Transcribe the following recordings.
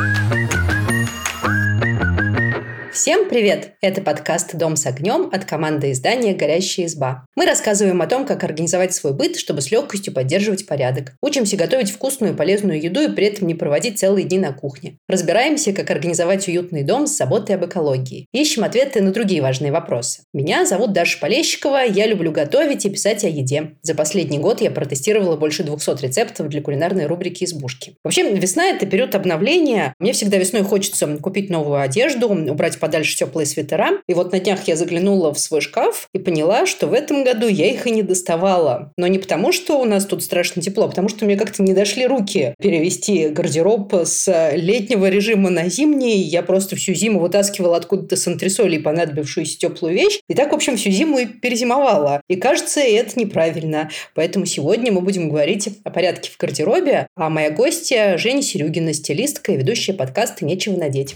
Всем привет! Это подкаст «Дом с огнем» от команды издания «Горящая изба». Мы рассказываем о том, как организовать свой быт, чтобы с легкостью поддерживать порядок. Учимся готовить вкусную и полезную еду и при этом не проводить целые дни на кухне. Разбираемся, как организовать уютный дом с заботой об экологии. Ищем ответы на другие важные вопросы. Меня зовут Даша Полещикова, я люблю готовить и писать о еде. За последний год я протестировала больше 200 рецептов для кулинарной рубрики «Избушки». Вообще, весна – это период обновления. Мне всегда весной хочется купить новую одежду, убрать подальше теплые свитера. И вот на днях я заглянула в свой шкаф и поняла, что в этом году я их и не доставала. Но не потому, что у нас тут страшно тепло, а потому что мне как-то не дошли руки перевести гардероб с летнего режима на зимний. Я просто всю зиму вытаскивала откуда-то с антресолей понадобившуюся теплую вещь. И так, в общем, всю зиму и перезимовала. И кажется, это неправильно. Поэтому сегодня мы будем говорить о порядке в гардеробе. А моя гостья Женя Серюгина, стилистка и ведущая подкаста «Нечего надеть».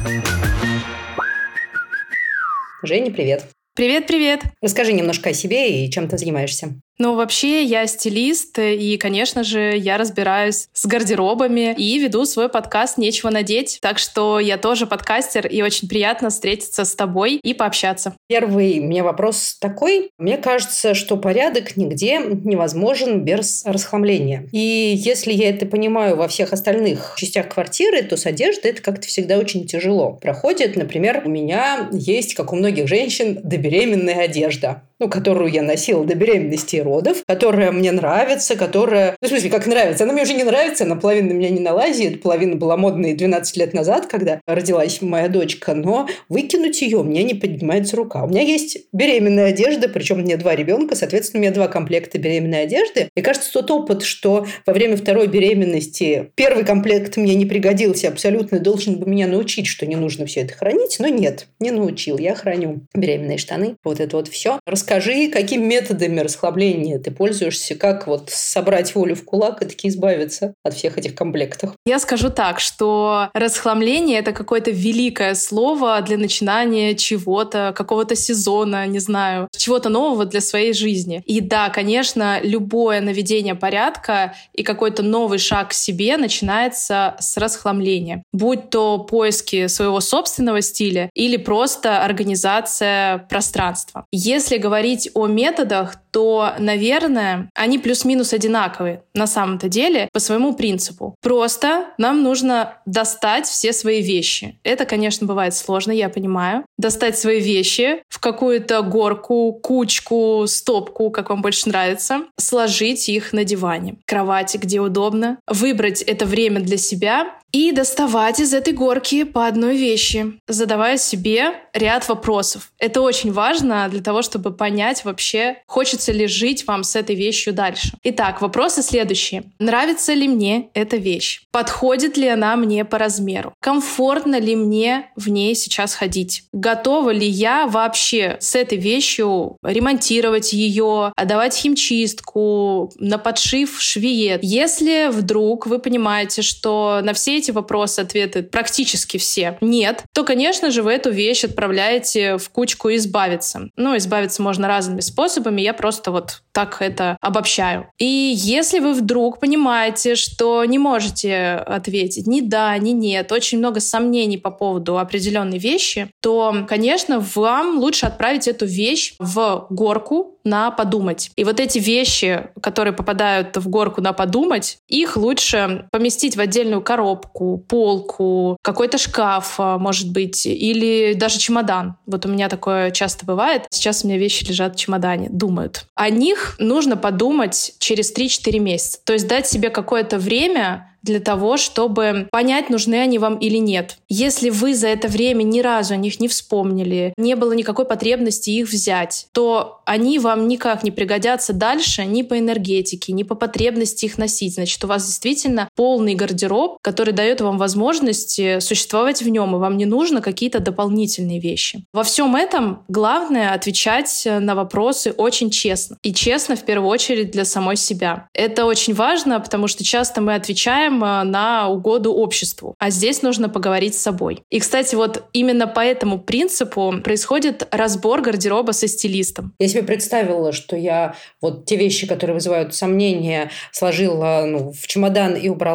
Женя, привет. Привет-привет. Расскажи немножко о себе и чем ты занимаешься. Вообще, я стилист, и, конечно же, я разбираюсь с гардеробами и веду свой подкаст «Нечего надеть». Так что я тоже подкастер, и очень приятно встретиться с тобой и пообщаться. Первый у меня вопрос такой. Мне кажется, что порядок нигде невозможен без расхламления. И если я это понимаю во всех остальных частях квартиры, то с одеждой это как-то всегда очень тяжело проходит. Например, у меня есть, как у многих женщин, добеременная одежда, которую я носила до беременности и родов, которая мне нравится, которая... в смысле, как нравится? Она мне уже не нравится, она половина на меня не налазит, половина была модной 12 лет назад, когда родилась моя дочка, но выкинуть ее мне не поднимается рука. У меня есть беременная одежда, причем у меня 2 ребенка, соответственно, у меня 2 комплекта беременной одежды. Мне кажется, тот опыт, что во время второй беременности первый комплект мне не пригодился, абсолютно должен бы меня научить, что не нужно все это хранить, но нет, не научил. Я храню беременные штаны, вот это вот все. Расскажи, какими методами расхламления ты пользуешься, как собрать волю в кулак и таки избавиться от всех этих комплектов? Я скажу так, что расхламление — это какое-то великое слово для начинания чего-то, какого-то сезона, не знаю, чего-то нового для своей жизни. И да, конечно, любое наведение порядка и какой-то новый шаг к себе начинается с расхламления. Будь то поиски своего собственного стиля или просто организация пространства. Если говорить о методах, то, наверное, они плюс-минус одинаковые на самом-то деле по своему принципу. Просто нам нужно достать все свои вещи. Это, конечно, бывает сложно, я понимаю. Достать свои вещи в какую-то горку, кучку, стопку, как вам больше нравится, сложить их на диване, кровати, где удобно, выбрать это время для себя и доставать из этой горки по одной вещи, задавая себе ряд вопросов. Это очень важно для того, чтобы понять вообще, хочется ли жить вам с этой вещью дальше. Итак, вопросы следующие. Нравится ли мне эта вещь? Подходит ли она мне по размеру? Комфортно ли мне в ней сейчас ходить? Готова ли я вообще с этой вещью ремонтировать ее, отдавать химчистку, на подшив швее? Если вдруг вы понимаете, что на все эти вопросы ответы практически все нет, то, конечно же, вы эту вещь отправляете в кучку избавиться. Избавиться можно разными способами, я просто так это обобщаю. И если вы вдруг понимаете, что не можете ответить ни да, ни нет, очень много сомнений по поводу определенной вещи, то, конечно, вам лучше отправить эту вещь в горку на подумать. И эти вещи, которые попадают в горку на подумать, их лучше поместить в отдельную коробку, полку, какой-то шкаф, может быть, или даже чемодан. У меня такое часто бывает. Сейчас у меня вещи лежат в чемодане, думают. О них нужно подумать через 3-4 месяца. То есть дать себе какое-то время для того, чтобы понять, нужны они вам или нет. Если вы за это время ни разу о них не вспомнили, не было никакой потребности их взять, то они вам никак не пригодятся дальше ни по энергетике, ни по потребности их носить. Значит, у вас действительно полный гардероб, который дает вам возможность существовать в нем, и вам не нужно какие-то дополнительные вещи. Во всем этом главное отвечать на вопросы очень честно. И честно, в первую очередь, для самой себя. Это очень важно, потому что часто мы отвечаем на угоду обществу. А здесь нужно поговорить с собой. И, кстати, именно по этому принципу происходит разбор гардероба со стилистом. Я себе представила, что я те вещи, которые вызывают сомнения, сложила в чемодан и убрала.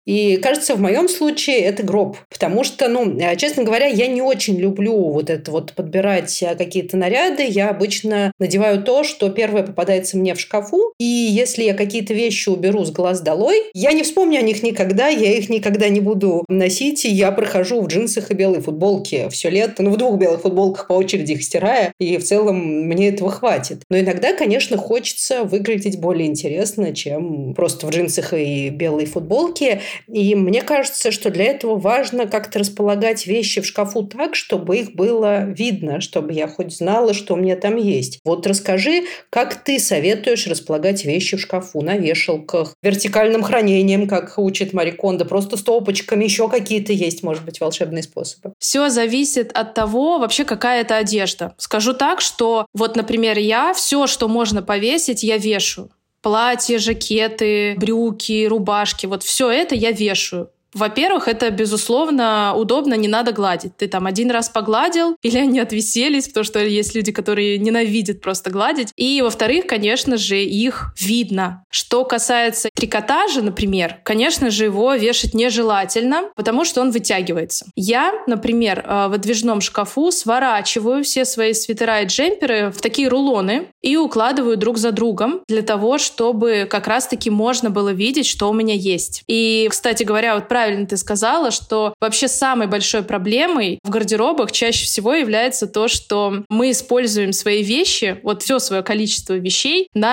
И, кажется, в моем случае это гроб. Потому что, честно говоря, я не очень люблю вот это вот подбирать какие-то наряды. Я обычно надеваю то, что первое попадается мне в шкафу. И если я какие-то вещи уберу с глаз долой, я не вспомню о них никогда, я их никогда не буду носить. И я прохожу в джинсах и белой футболке все лето. В 2 белых футболках по очереди их стирая. И в целом мне этого хватит. Но иногда, конечно, хочется выглядеть более интересно, чем просто в джинсах и белой футболке. И мне кажется, что для этого важно как-то располагать вещи в шкафу так, чтобы их было видно, чтобы я хоть знала, что у меня там есть. Вот расскажи, как ты советуешь располагать вещи в шкафу, на вешалках, вертикальным хранением, как учит Мари Кондо, просто стопочками, еще какие-то есть, может быть, волшебные способы? Все зависит от того, вообще, какая это одежда. Скажу так, что вот, например, я все, что можно повесить, я вешаю. Платья, жакеты, брюки, рубашки. Вот все это я вешаю. Во-первых, это, безусловно, удобно, не надо гладить. Ты там один раз погладил, или они отвиселись, потому что есть люди, которые ненавидят просто гладить. И, во-вторых, конечно же, их видно. Что касается трикотажа, например, конечно же, его вешать нежелательно, потому что он вытягивается. Я, например, в выдвижном шкафу сворачиваю все свои свитера и джемперы в такие рулоны и укладываю друг за другом для того, чтобы как раз-таки можно было видеть, что у меня есть. И, кстати говоря, вот правильно ты сказала, что вообще самой большой проблемой в гардеробах чаще всего является то, что мы используем свои вещи, вот все свое количество вещей, на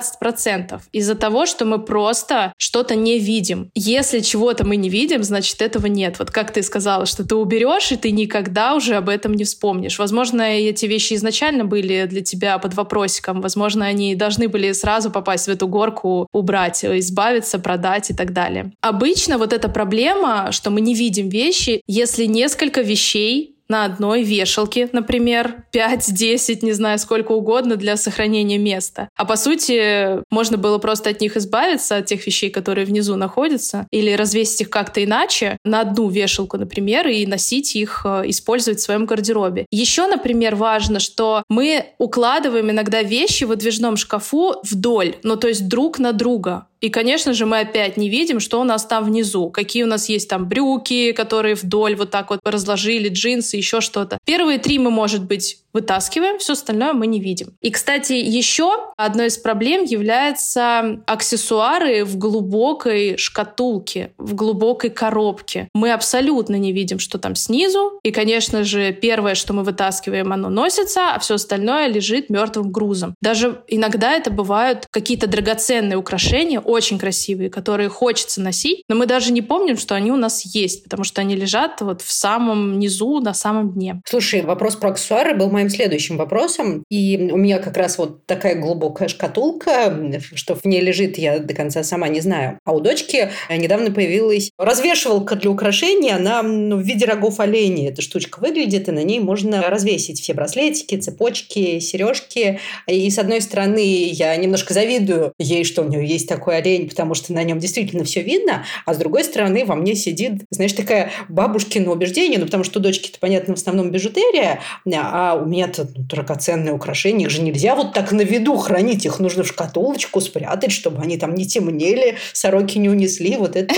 15% из-за того, что мы просто что-то не видим. Если чего-то мы не видим, значит, этого нет. Вот как ты сказала, что ты уберешь, и ты никогда уже об этом не вспомнишь. Возможно, эти вещи изначально были для тебя под вопросиком. Возможно, они должны были сразу попасть в эту горку, убрать, избавиться, продать и так далее. Обычно вот эта проблема, что мы не видим вещи, если несколько вещей на одной вешалке, например, 5-10, не знаю, сколько угодно для сохранения места. А по сути, можно было просто от них избавиться, от тех вещей, которые внизу находятся, или развесить их как-то иначе, на одну вешалку, например, и носить их, использовать в своем гардеробе. Еще, например, важно, что мы укладываем иногда вещи в выдвижном шкафу вдоль, то есть друг на друга. И, конечно же, мы опять не видим, что у нас там внизу. Какие у нас есть там брюки, которые вдоль вот так вот разложили, джинсы, еще что-то. Первые 3 мы, может быть, вытаскиваем, все остальное мы не видим. И, кстати, еще одной из проблем являются аксессуары в глубокой шкатулке, в глубокой коробке. Мы абсолютно не видим, что там снизу. И, конечно же, первое, что мы вытаскиваем, оно носится, а все остальное лежит мертвым грузом. Даже иногда это бывают какие-то драгоценные украшения, очень красивые, которые хочется носить, но мы даже не помним, что они у нас есть, потому что они лежат вот в самом низу, на самом дне. Слушай, вопрос про аксессуары был моим следующим вопросом. И у меня как раз вот такая глубокая шкатулка, что в ней лежит, я до конца сама не знаю. А у дочки недавно появилась развешивалка для украшений, она в виде рогов оленей. Эта штучка выглядит, и на ней можно развесить все браслетики, цепочки, сережки. И с одной стороны, я немножко завидую ей, что у нее есть такой олень, потому что на нем действительно все видно, а с другой стороны во мне сидит, знаешь, такая бабушкина убеждение, потому что у дочки-то, понятно, в основном бижутерия, а у меня-то драгоценные украшения, их же нельзя вот так на виду хранить, их нужно в шкатулочку спрятать, чтобы они там не темнели, сороки не унесли, вот это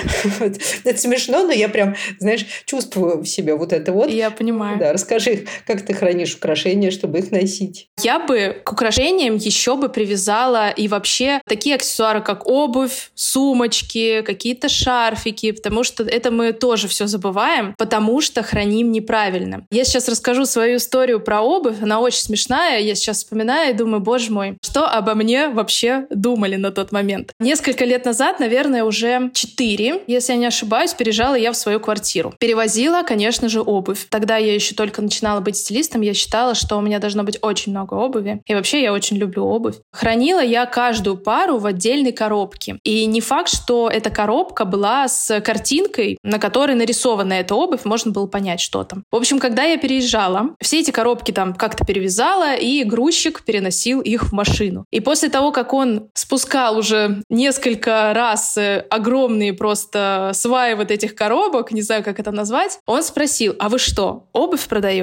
это смешно, но я прям, знаешь, чувствую в себе вот это вот. Я понимаю. Да, расскажи, как ты хранишь украшения, чтобы их носить. Я бы к украшениям еще бы привязала и вообще такие аксессуары, как обувь, сумочки, какие-то шарфики, потому что это мы тоже все забываем, потому что храним неправильно. Я сейчас расскажу свою историю про обувь, она очень смешная, я сейчас вспоминаю и думаю, боже мой, что обо мне вообще думали на тот момент. Несколько лет назад, наверное, уже 4, если я не ошибаюсь, переезжала я в свою квартиру. Перевозила, конечно же, обувь. Тогда я еще только начинала быть стилистом, я считала, что у меня должно быть очень много обуви. И вообще я очень люблю обувь. Хранила я каждую пару в отдельной коробке. И не факт, что эта коробка была с картинкой, на которой нарисована эта обувь, можно было понять, что там. В общем, когда я переезжала, все эти коробки там как-то перевязала, и грузчик переносил их в машину. И после того, как он спускал уже несколько раз огромные просто сваи вот этих коробок, не знаю, как это назвать, он спросил, а вы что, обувь продаете?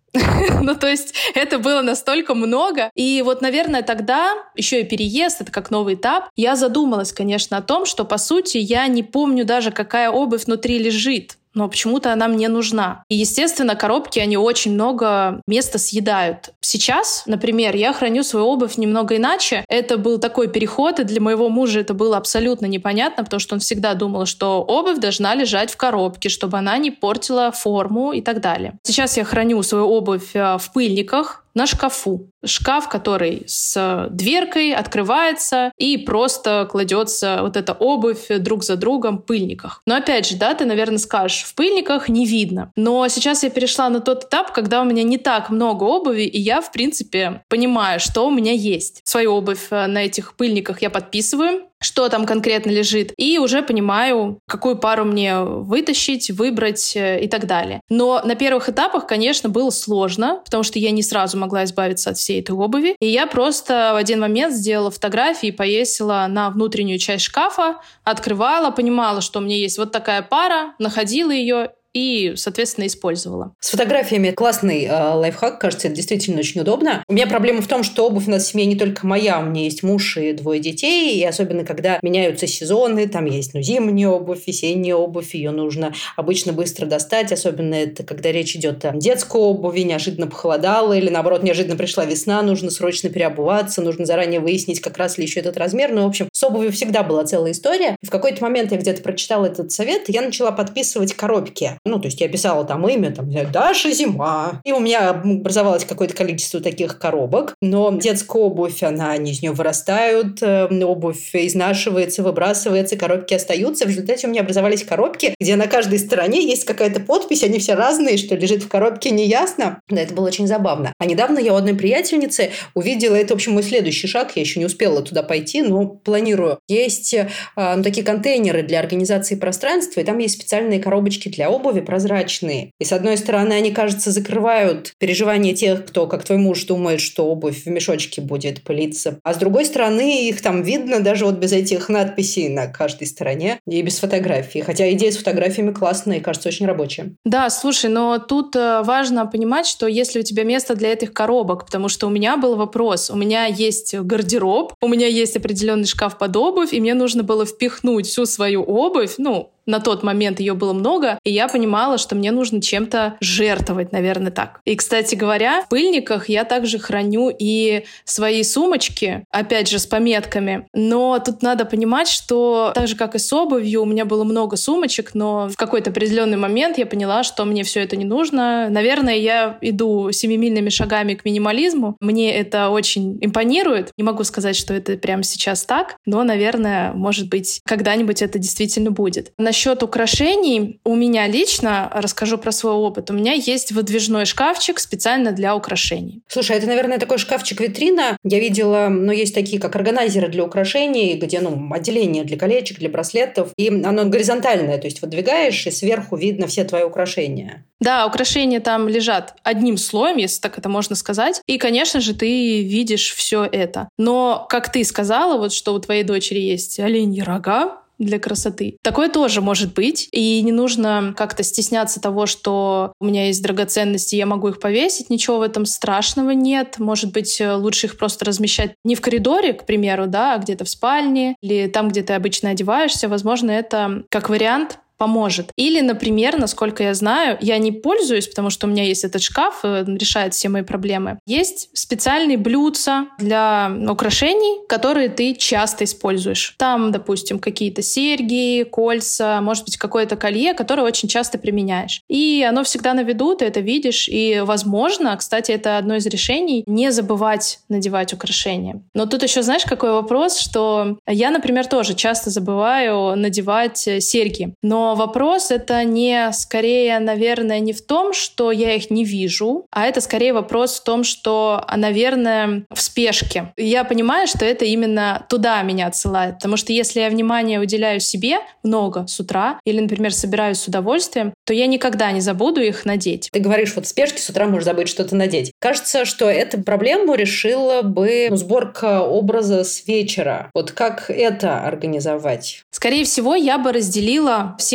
Ну, то есть это было настолько много. И вот, наверное, тогда еще и переезд, это как новый этап, я задумалась, конечно, о том, что, по сути, я не помню даже, какая обувь внутри лежит. Но почему-то она мне нужна. И, естественно, коробки, они очень много места съедают. Сейчас, например, я храню свою обувь немного иначе. Это был такой переход, и для моего мужа это было абсолютно непонятно, потому что он всегда думал, что обувь должна лежать в коробке, чтобы она не портила форму и так далее. Сейчас я храню свою обувь в пыльниках, на шкафу. Шкаф, который с дверкой открывается и просто кладется вот эта обувь друг за другом в пыльниках. Но опять же, да, ты, наверное, скажешь, в пыльниках не видно. Но сейчас я перешла на тот этап, когда у меня не так много обуви, и я, в принципе, понимаю, что у меня есть. Свою обувь на этих пыльниках я подписываю, что там конкретно лежит, и уже понимаю, какую пару мне вытащить, выбрать и так далее. Но на первых этапах, конечно, было сложно, потому что я не сразу могла избавиться от всей этой обуви. И я просто в один момент сделала фотографии и повесила на внутреннюю часть шкафа, открывала, понимала, что у меня есть вот такая пара, находила ее и, соответственно, использовала. С фотографиями классный лайфхак, кажется, это действительно очень удобно. У меня проблема в том, что обувь у нас в семье не только моя, у меня есть муж и 2 детей, и особенно когда меняются сезоны, там есть зимняя обувь, весенняя обувь, ее нужно обычно быстро достать, особенно это когда речь идет о детской обуви, неожиданно похолодало, или наоборот, неожиданно пришла весна, нужно срочно переобуваться, нужно заранее выяснить, как раз ли еще этот размер. Ну, в общем, с обувью всегда была целая история. И в какой-то момент я где-то прочитала этот совет, и я начала подписывать коробки. Ну, то есть я писала там имя, там, Даша Зима. И у меня образовалось какое-то количество таких коробок. Но детская обувь, они из нее вырастают, обувь изнашивается, выбрасывается, коробки остаются. В результате у меня образовались коробки, где на каждой стороне есть какая-то подпись, они все разные, что лежит в коробке, неясно. Да, это было очень забавно. А недавно я у одной приятельницы увидела, это, в общем, мой следующий шаг, я еще не успела туда пойти, но планирую. Есть такие контейнеры для организации пространства, и там есть специальные коробочки для обуви, прозрачные. И с одной стороны, они, кажется, закрывают переживания тех, кто, как твой муж, думает, что обувь в мешочке будет пылиться. А с другой стороны, их там видно даже вот без этих надписей на каждой стороне и без фотографий. Хотя идея с фотографиями классная и, кажется, очень рабочая. Да, слушай, но тут важно понимать, что если у тебя место для этих коробок, потому что у меня был вопрос, у меня есть гардероб, у меня есть определенный шкаф под обувь, и мне нужно было впихнуть всю свою обувь, на тот момент ее было много, и я понимала, что мне нужно чем-то жертвовать, наверное, так. И, кстати говоря, в пыльниках я также храню и свои сумочки, опять же, с пометками. Но тут надо понимать, что так же, как и с обувью, у меня было много сумочек, но в какой-то определенный момент я поняла, что мне все это не нужно. Наверное, я иду семимильными шагами к минимализму. Мне это очень импонирует. Не могу сказать, что это прямо сейчас так, но, наверное, может быть, когда-нибудь это действительно будет. Насчет украшений, у меня лично, расскажу про свой опыт, у меня есть выдвижной шкафчик специально для украшений. Слушай, это, наверное, такой шкафчик-витрина. Я видела, есть такие как органайзеры для украшений, где, отделение для колечек, для браслетов, и оно горизонтальное, то есть выдвигаешь, и сверху видно все твои украшения. Да, украшения там лежат одним слоем, если так это можно сказать. И, конечно же, ты видишь все это. Но, как ты сказала, что у твоей дочери есть оленьи рога для красоты. Такое тоже может быть. И не нужно как-то стесняться того, что у меня есть драгоценности, я могу их повесить. Ничего в этом страшного нет. Может быть, лучше их просто размещать не в коридоре, к примеру, а где-то в спальне или там, где ты обычно одеваешься. Возможно, это как вариант поможет. Или, например, насколько я знаю, я не пользуюсь, потому что у меня есть этот шкаф, решает все мои проблемы. Есть специальные блюдца для украшений, которые ты часто используешь. Там, допустим, какие-то серьги, кольца, может быть, какое-то колье, которое очень часто применяешь. И оно всегда на виду, ты это видишь. И, возможно, кстати, это одно из решений, не забывать надевать украшения. Но тут еще, знаешь, какой вопрос, что я, например, тоже часто забываю надевать серьги. Но вопрос это не скорее, наверное, не в том, что я их не вижу, а это скорее вопрос в том, что, наверное, в спешке. Я понимаю, что это именно туда меня отсылает, потому что если я внимание уделяю себе много с утра или, например, собираюсь с удовольствием, то я никогда не забуду их надеть. Ты говоришь, в спешке с утра можешь забыть что-то надеть. Кажется, что эту проблему решила бы сборка образа с вечера. Вот как это организовать? Скорее всего, я бы разделила все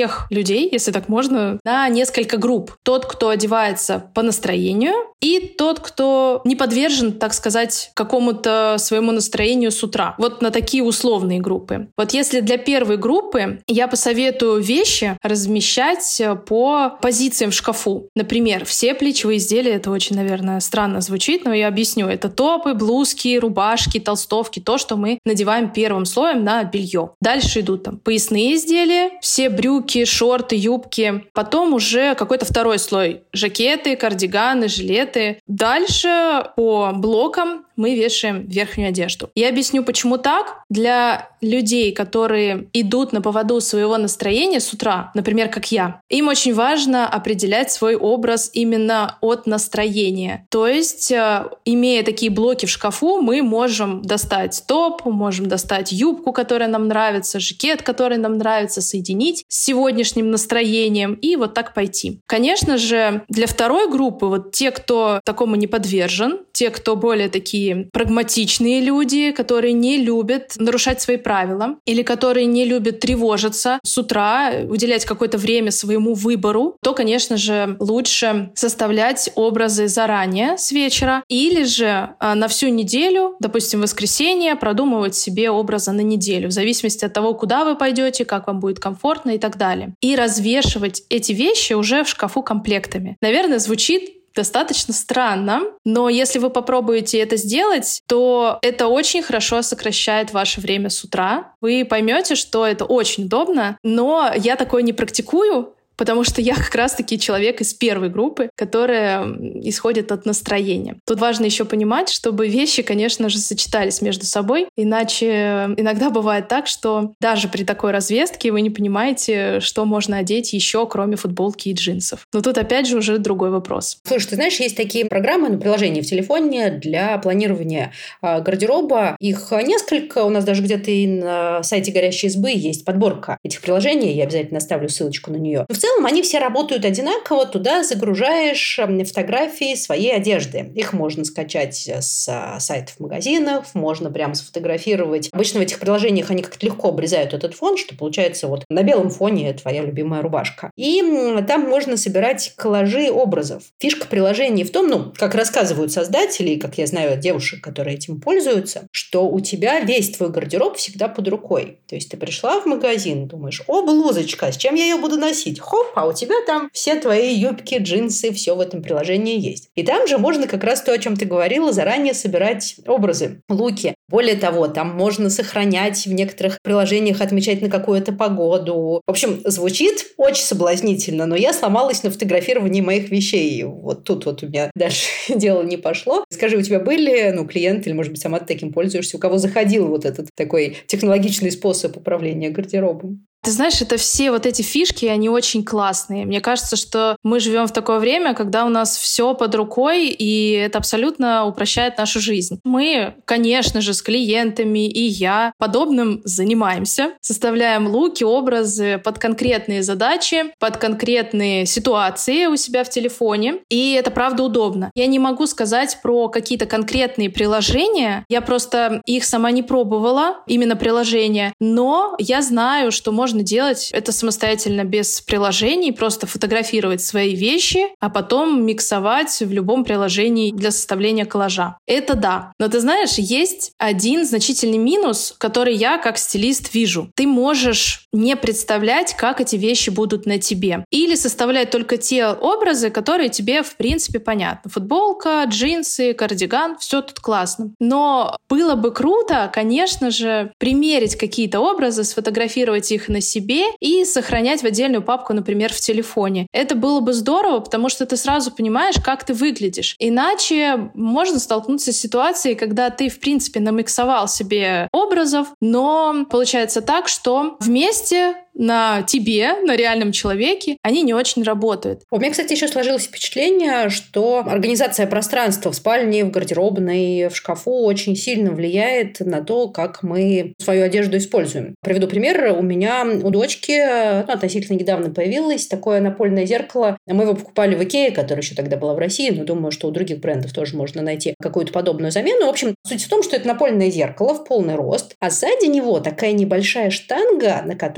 всех людей, если так можно, на несколько групп. Тот, кто одевается по настроению, и тот, кто не подвержен, так сказать, какому-то своему настроению с утра. Вот на такие условные группы. Вот если для первой группы я посоветую вещи размещать по позициям в шкафу. Например, все плечевые изделия, это очень, наверное, странно звучит, но я объясню. Это топы, блузки, рубашки, толстовки, то, что мы надеваем первым слоем на белье. Дальше идут там поясные изделия, все брюки, шорты, юбки. Потом уже какой-то второй слой. Жакеты, кардиганы, жилеты. Дальше по блокам мы вешаем верхнюю одежду. Я объясню, почему так. Для людей, которые идут на поводу своего настроения с утра, например, как я, им очень важно определять свой образ именно от настроения. То есть, имея такие блоки в шкафу, мы можем достать топ, можем достать юбку, которая нам нравится, жакет, который нам нравится, соединить с сегодняшним настроением и вот так пойти. Конечно же, для второй группы, вот те, кто такому не подвержен, те, кто более такие прагматичные люди, которые не любят нарушать свои правила или которые не любят тревожиться с утра, уделять какое-то время своему выбору, то, конечно же, лучше составлять образы заранее с вечера или же на всю неделю, допустим, в воскресенье, продумывать себе образы на неделю, в зависимости от того, куда вы пойдете, как вам будет комфортно и так далее. И развешивать эти вещи уже в шкафу комплектами. Наверное, звучит достаточно странно, но если вы попробуете это сделать, то это очень хорошо сокращает ваше время с утра. Вы поймете, что это очень удобно, но я такое не практикую, потому что я как раз-таки человек из первой группы, которая исходит от настроения. Тут важно еще понимать, чтобы вещи, конечно же, сочетались между собой, иначе иногда бывает так, что даже при такой развеске вы не понимаете, что можно одеть еще, кроме футболки и джинсов. Но тут опять же уже другой вопрос. Слушай, ты знаешь, есть такие программы на приложении в телефоне для планирования гардероба. Их несколько, у нас даже где-то и на сайте «Горящей избы» есть подборка этих приложений, я обязательно оставлю ссылочку на нее. В целом они все работают одинаково, туда загружаешь фотографии своей одежды. Их можно скачать с сайтов магазинов, можно прямо сфотографировать. Обычно в этих приложениях они как-то легко обрезают этот фон, что получается вот на белом фоне твоя любимая рубашка. И там можно собирать коллажи образов. Фишка приложения в том, как рассказывают создатели, как я знаю от девушек, которые этим пользуются, что у тебя весь твой гардероб всегда под рукой. То есть ты пришла в магазин, думаешь, блузочка, с чем я ее буду носить? Хоп, а у тебя там все твои юбки, джинсы, все в этом приложении есть. И там же можно как раз то, о чем ты говорила, заранее собирать образы, луки. Более того, там можно сохранять в некоторых приложениях, отмечать на какую-то погоду. В общем, звучит очень соблазнительно, но я сломалась на фотографировании моих вещей. Вот тут вот у меня дальше дело не пошло. Скажи, у тебя были, клиенты, или, может быть, сама ты таким пользуешься, у кого заходил вот этот такой технологичный способ управления гардеробом? Ты знаешь, это все вот эти фишки, они очень классные. Мне кажется, что мы живем в такое время, когда у нас все под рукой, и это абсолютно упрощает нашу жизнь. Мы, конечно же, с клиентами и я подобным занимаемся. Составляем луки, образы под конкретные задачи, под конкретные ситуации у себя в телефоне. И это правда удобно. Я не могу сказать про какие-то конкретные приложения. Я просто их сама не пробовала, именно приложения. Но я знаю, что можно делать это самостоятельно без приложений, просто фотографировать свои вещи, а потом миксовать в любом приложении для составления коллажа. Это да. Но ты знаешь, есть один значительный минус, который я как стилист вижу. Ты можешь не представлять, как эти вещи будут на тебе. Или составлять только те образы, которые тебе в принципе понятны. Футболка, джинсы, кардиган, все тут классно. Но было бы круто, конечно же, примерить какие-то образы, сфотографировать их на себе и сохранять в отдельную папку, например, в телефоне. Это было бы здорово, потому что ты сразу понимаешь, как ты выглядишь. Иначе можно столкнуться с ситуацией, когда ты, в принципе, намиксовал себе образов, но получается так, что вместе на тебе, на реальном человеке, они не очень работают. У меня, кстати, еще сложилось впечатление, что организация пространства в спальне, в гардеробной, в шкафу очень сильно влияет на то, как мы свою одежду используем. Приведу пример. У меня у дочки относительно недавно появилось такое напольное зеркало. Мы его покупали в Икее, которая еще тогда была в России, но думаю, что у других брендов тоже можно найти какую-то подобную замену. В общем, суть в том, что это напольное зеркало в полный рост, а сзади него такая небольшая штанга, на которую можно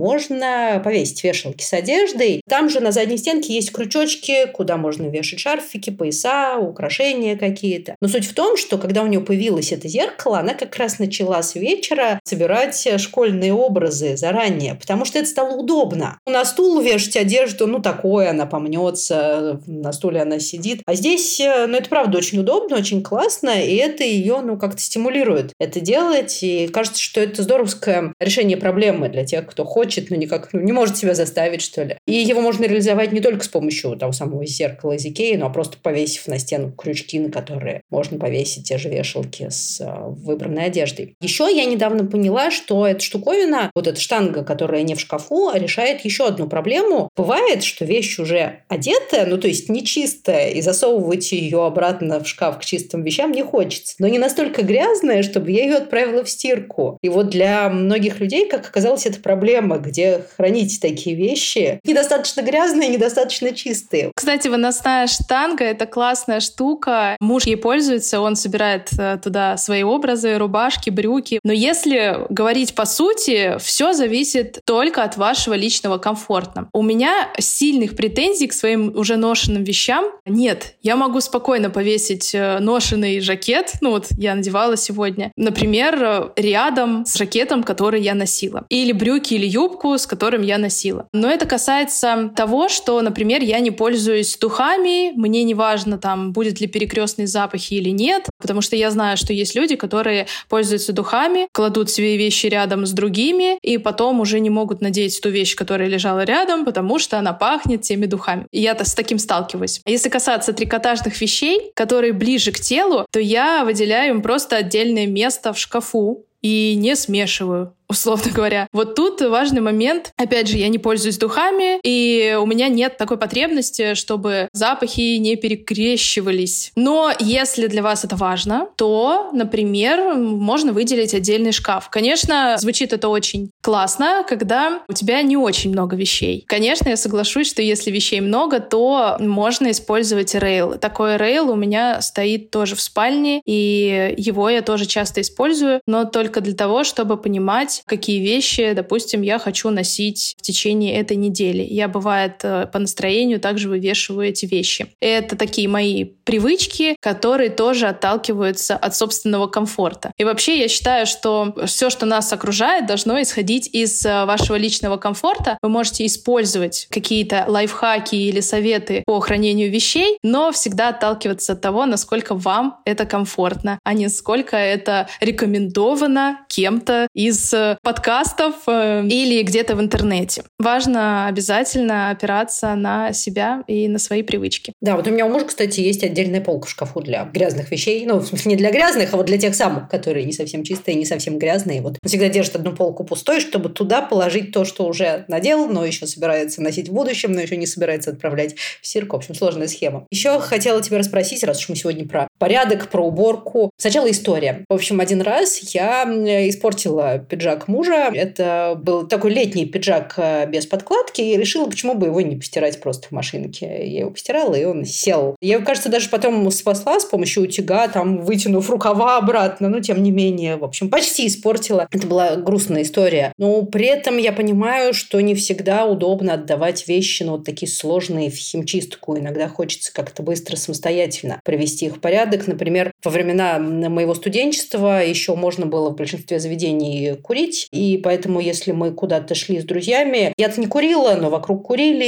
можно повесить вешалки с одеждой. Там же на задней стенке есть крючочки, куда можно вешать шарфики, пояса, украшения какие-то. Но суть в том, что когда у нее появилось это зеркало, она как раз начала с вечера собирать школьные образы заранее, потому что это стало удобно. На стул вешать одежду, такое, она помнется, на стуле она сидит. А здесь, это правда очень удобно, очень классно, и это ее, как-то стимулирует это делать. И кажется, что это здоровское решение проблемы для тех, кто хочет, но никак не может себя заставить, что ли. И его можно реализовать не только с помощью того самого зеркала из Икеи, но просто повесив на стену крючки, на которые можно повесить те же вешалки с выбранной одеждой. Еще я недавно поняла, что эта штуковина, вот эта штанга, которая не в шкафу, решает еще одну проблему. Бывает, что вещь уже одетая, то есть нечистая, и засовывать ее обратно в шкаф к чистым вещам не хочется. Но не настолько грязная, чтобы я ее отправила в стирку. И вот для многих людей, как оказалось, это проблема, где хранить такие вещи недостаточно грязные, недостаточно чистые. Кстати, выносная штанга — это классная штука. Муж ей пользуется, он собирает туда свои образы, рубашки, брюки. Но если говорить по сути, все зависит только от вашего личного комфорта. У меня сильных претензий к своим уже ношенным вещам нет. Я могу спокойно повесить ношеный жакет, я надевала сегодня, например, рядом с жакетом, который я носила. Или брюки, или юбку, с которым я носила. Но это касается того, что, например, я не пользуюсь духами, мне не важно, будет ли перекрестные запахи или нет, потому что я знаю, что есть люди, которые пользуются духами, кладут свои вещи рядом с другими, и потом уже не могут надеть ту вещь, которая лежала рядом, потому что она пахнет теми духами. И я-то с таким сталкиваюсь. Если касаться трикотажных вещей, которые ближе к телу, то я выделяю им просто отдельное место в шкафу и не смешиваю, условно говоря. Вот тут важный момент. Опять же, я не пользуюсь духами, и у меня нет такой потребности, чтобы запахи не перекрещивались. Но если для вас это важно, то, например, можно выделить отдельный шкаф. Конечно, звучит это очень классно, когда у тебя не очень много вещей. Конечно, я соглашусь, что если вещей много, то можно использовать рейл. Такой рейл у меня стоит тоже в спальне, и его я тоже часто использую, но только для того, чтобы понимать, какие вещи, допустим, я хочу носить в течение этой недели. Я, бывает, по настроению также вывешиваю эти вещи. Это такие мои привычки, которые тоже отталкиваются от собственного комфорта. И вообще я считаю, что все, что нас окружает, должно исходить из вашего личного комфорта. Вы можете использовать какие-то лайфхаки или советы по хранению вещей, но всегда отталкиваться от того, насколько вам это комфортно, а не сколько это рекомендовано кем-то из подкастов или где-то в интернете. Важно обязательно опираться на себя и на свои привычки. Да, вот у меня у мужа, кстати, есть отдельная полка в шкафу для грязных вещей. В смысле, не для грязных, а вот для тех самых, которые не совсем чистые, не совсем грязные. Вот он всегда держит одну полку пустой, чтобы туда положить то, что уже надел, но еще собирается носить в будущем, но еще не собирается отправлять в стирку. В общем, сложная схема. Еще хотела тебя расспросить, раз уж мы сегодня про порядок, про уборку. Сначала история. В общем, один раз я испортила пиджак мужа. Это был такой летний пиджак без подкладки. И решила, почему бы его не постирать просто в машинке. Я его постирала, и он сел. Я, кажется, даже потом спасла с помощью утюга, вытянув рукава обратно. Но, тем не менее, в общем, почти испортила. Это была грустная история. Но при этом я понимаю, что не всегда удобно отдавать вещи, вот такие сложные, в химчистку. Иногда хочется как-то быстро, самостоятельно привести их в порядок. Например, во времена моего студенчества еще можно было в большинстве заведений курить. И поэтому, если мы куда-то шли с друзьями, я-то не курила, но вокруг курили.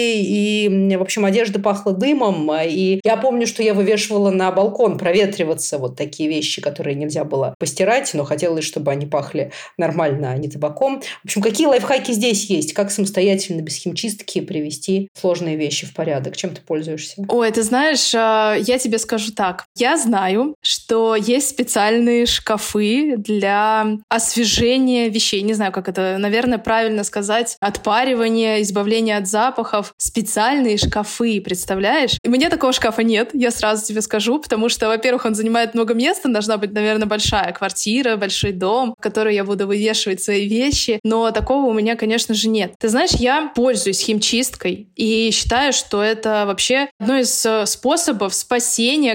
И, в общем, одежда пахла дымом. И я помню, что я вывешивала на балкон проветриваться вот такие вещи, которые нельзя было постирать, но хотелось, чтобы они пахли нормально, а не табаком. В общем, какие лайфхаки здесь есть? Как самостоятельно, без химчистки привести сложные вещи в порядок? Чем ты пользуешься? Ой, ты знаешь, я тебе скажу так. Я знаю, что есть специальные шкафы для освежения вещей. Не знаю, как это, наверное, правильно сказать. Отпаривание, избавление от запахов. Специальные шкафы, представляешь? И у меня такого шкафа нет, я сразу тебе скажу, потому что, во-первых, он занимает много места, должна быть, наверное, большая квартира, большой дом, в который я буду вывешивать свои вещи, но такого у меня, конечно же, нет. Ты знаешь, я пользуюсь химчисткой и считаю, что это вообще одно из способов спасения как раз-таки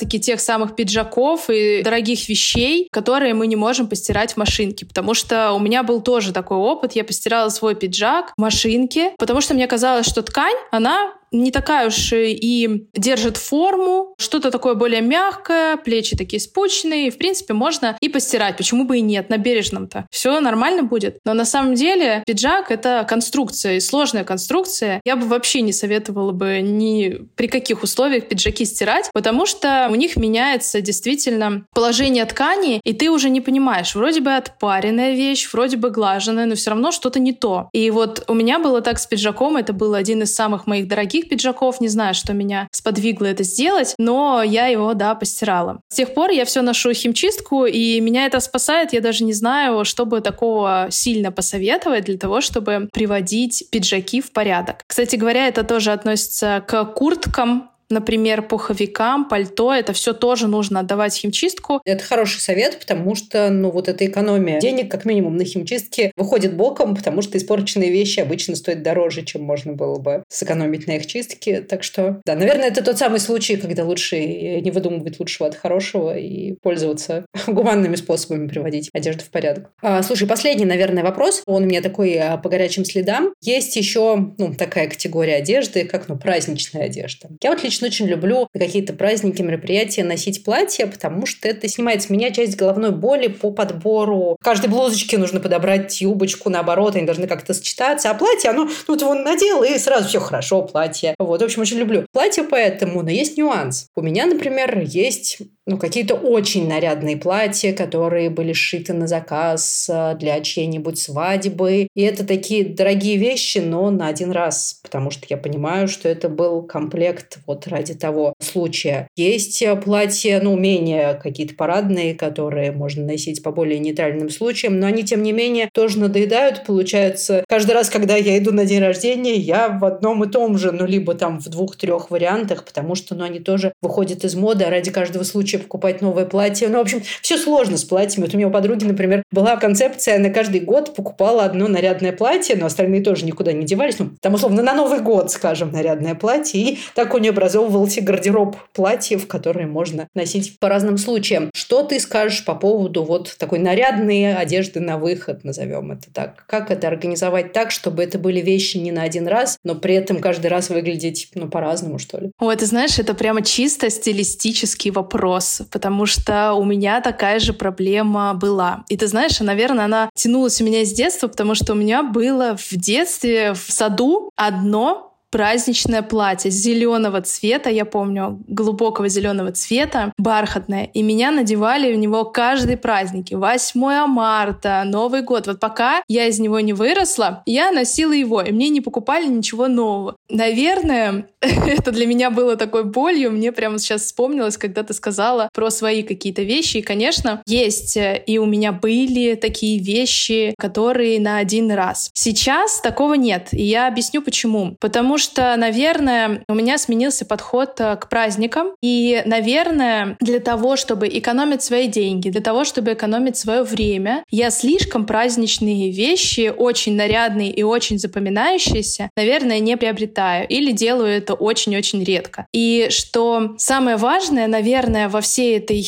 раз-таки тех самых пиджаков и дорогих вещей, которые мы не можем постирать в машинке. Потому что у меня был тоже такой опыт. Я постирала свой пиджак в машинке, потому что мне казалось, что ткань, она не такая уж и держит форму, что-то такое более мягкое, плечи такие спущенные, и, в принципе, можно и постирать. Почему бы и нет? На бережном-то все нормально будет. Но на самом деле пиджак — это конструкция, и сложная конструкция. Я бы вообще не советовала бы ни при каких условиях пиджаки стирать, потому что у них меняется действительно положение ткани, и ты уже не понимаешь, вроде бы отпаренная вещь, вроде бы глаженная, но все равно что-то не то. И вот у меня было так с пиджаком, это был один из самых моих дорогих пиджаков, не знаю, что меня сподвигло это сделать, но я его, постирала. С тех пор я все ношу химчистку, и меня это спасает. Я даже не знаю, что бы такого сильно посоветовать для того, чтобы приводить пиджаки в порядок. Кстати говоря, это тоже относится к курткам, например, пуховикам, пальто, это все тоже нужно отдавать в химчистку. Это хороший совет, потому что, вот эта экономия денег, как минимум, на химчистке выходит боком, потому что испорченные вещи обычно стоят дороже, чем можно было бы сэкономить на их чистке. Так что, да, наверное, это тот самый случай, когда лучше не выдумывать лучшего от хорошего и пользоваться гуманными способами приводить одежду в порядок. Слушай, последний, наверное, вопрос. Он у меня такой по горячим следам. Есть еще, такая категория одежды, как, праздничная одежда. Я вот лично очень люблю на какие-то праздники, мероприятия носить платье, потому что это снимает с меня часть головной боли по подбору. В каждой блузочке нужно подобрать юбочку, наоборот, они должны как-то сочетаться. А платье, оно, ты его надел, и сразу все хорошо, платье. В общем, очень люблю платье поэтому, но есть нюанс. У меня, например, есть какие-то очень нарядные платья, которые были сшиты на заказ для чьей-нибудь свадьбы. И это такие дорогие вещи, но на один раз, потому что я понимаю, что это был комплект ради того случая. Есть платья, менее какие-то парадные, которые можно носить по более нейтральным случаям, но они, тем не менее, тоже надоедают. Получается, каждый раз, когда я иду на день рождения, я в одном и том же, либо там в 2-3 вариантах, потому что, они тоже выходят из моды, а ради каждого случая покупать новое платье. В общем, все сложно с платьями. У меня у подруги, например, была концепция, она каждый год покупала одно нарядное платье, но остальные тоже никуда не девались. Там, условно, на Новый год, скажем, нарядное платье. И так у нее образовывался гардероб платьев, которые можно носить по разным случаям. Что ты скажешь по поводу такой нарядной одежды на выход, назовем это так? Как это организовать так, чтобы это были вещи не на один раз, но при этом каждый раз выглядеть, по-разному, что ли? Ой, ты знаешь, это прямо чисто стилистический вопрос, потому что у меня такая же проблема была. И ты знаешь, наверное, она тянулась у меня с детства, потому что у меня было в детстве в саду одно праздничное платье зеленого цвета, я помню, глубокого зеленого цвета, бархатное. И меня надевали в него каждый праздник. 8 марта, Новый год. Пока я из него не выросла, я носила его, и мне не покупали ничего нового. Наверное, это для меня было такой болью. Мне прямо сейчас вспомнилось, когда ты сказала про свои какие-то вещи. И, конечно, есть и у меня были такие вещи, которые на один раз. Сейчас такого нет. И я объясню, почему. Потому что, наверное, у меня сменился подход к праздникам. И, наверное, для того, чтобы экономить свои деньги, для того, чтобы экономить свое время, я слишком праздничные вещи, очень нарядные и очень запоминающиеся, наверное, не приобретаю. Или делаю это очень-очень редко. И что самое важное, наверное, во всей этой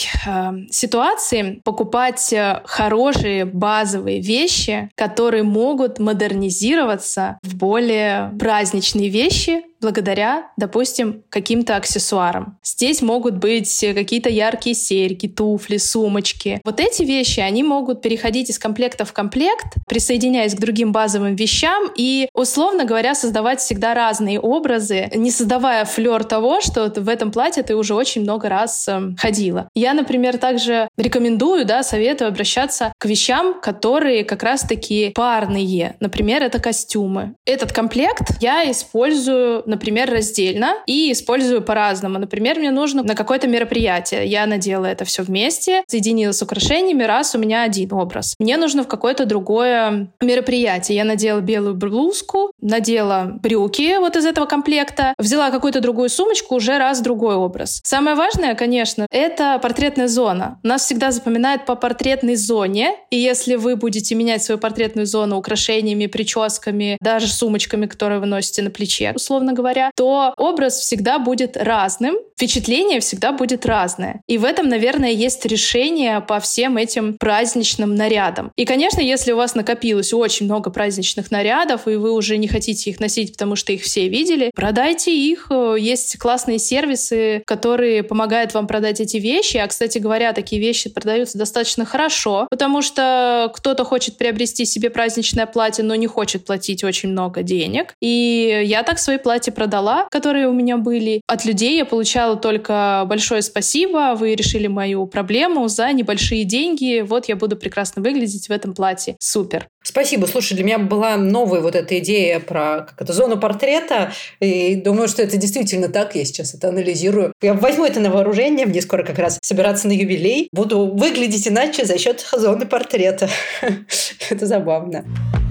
ситуации, покупать хорошие базовые вещи, которые могут модернизироваться в более праздничные вещи, благодаря, допустим, каким-то аксессуарам. Здесь могут быть какие-то яркие серьги, туфли, сумочки. Эти вещи, они могут переходить из комплекта в комплект, присоединяясь к другим базовым вещам и, условно говоря, создавать всегда разные образы, не создавая флёр того, что в этом платье ты уже очень много раз ходила. Я, например, также рекомендую, советую обращаться к вещам, которые как раз-таки парные. Например, это костюмы. Этот комплект я использую, например, раздельно и использую по-разному. Например, мне нужно на какое-то мероприятие. Я надела это все вместе, соединила с украшениями, раз у меня один образ. Мне нужно в какое-то другое мероприятие. Я надела белую блузку, надела брюки из этого комплекта, взяла какую-то другую сумочку, уже раз другой образ. Самое важное, конечно, это портретная зона. Нас всегда запоминают по портретной зоне, и если вы будете менять свою портретную зону украшениями, прическами, даже сумочками, которые вы носите на плече, условно говоря, говоря, то образ всегда будет разным, впечатление всегда будет разное. И в этом, наверное, есть решение по всем этим праздничным нарядам. И, конечно, если у вас накопилось очень много праздничных нарядов, и вы уже не хотите их носить, потому что их все видели, продайте их. Есть классные сервисы, которые помогают вам продать эти вещи. А, кстати говоря, такие вещи продаются достаточно хорошо, потому что кто-то хочет приобрести себе праздничное платье, но не хочет платить очень много денег. И я так свои платья продала, которые у меня были. От людей я получала только большое спасибо, вы решили мою проблему за небольшие деньги, вот я буду прекрасно выглядеть в этом платье. Супер. Спасибо. Слушай, для меня была новая вот эта идея про зону портрета, и думаю, что это действительно так. Я сейчас это анализирую. Я возьму это на вооружение, мне скоро как раз собираться на юбилей. Буду выглядеть иначе за счет зоны портрета. Это забавно.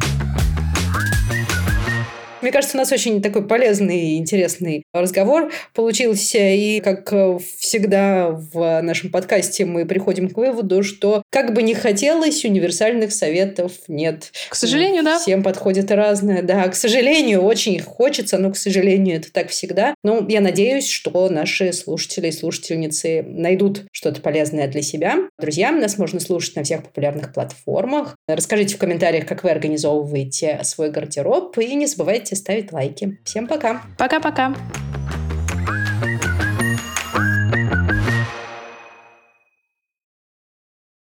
Мне кажется, у нас очень такой полезный и интересный разговор получился. И, как всегда в нашем подкасте, мы приходим к выводу, что как бы ни хотелось, универсальных советов нет. К сожалению, да. Всем подходит разное. Да, к сожалению, очень хочется, но, к сожалению, это так всегда. Но я надеюсь, что наши слушатели и слушательницы найдут что-то полезное для себя. Друзья, нас можно слушать на всех популярных платформах. Расскажите в комментариях, как вы организовываете свой гардероб. И не забывайте ставить лайки. Всем пока. Пока-пока.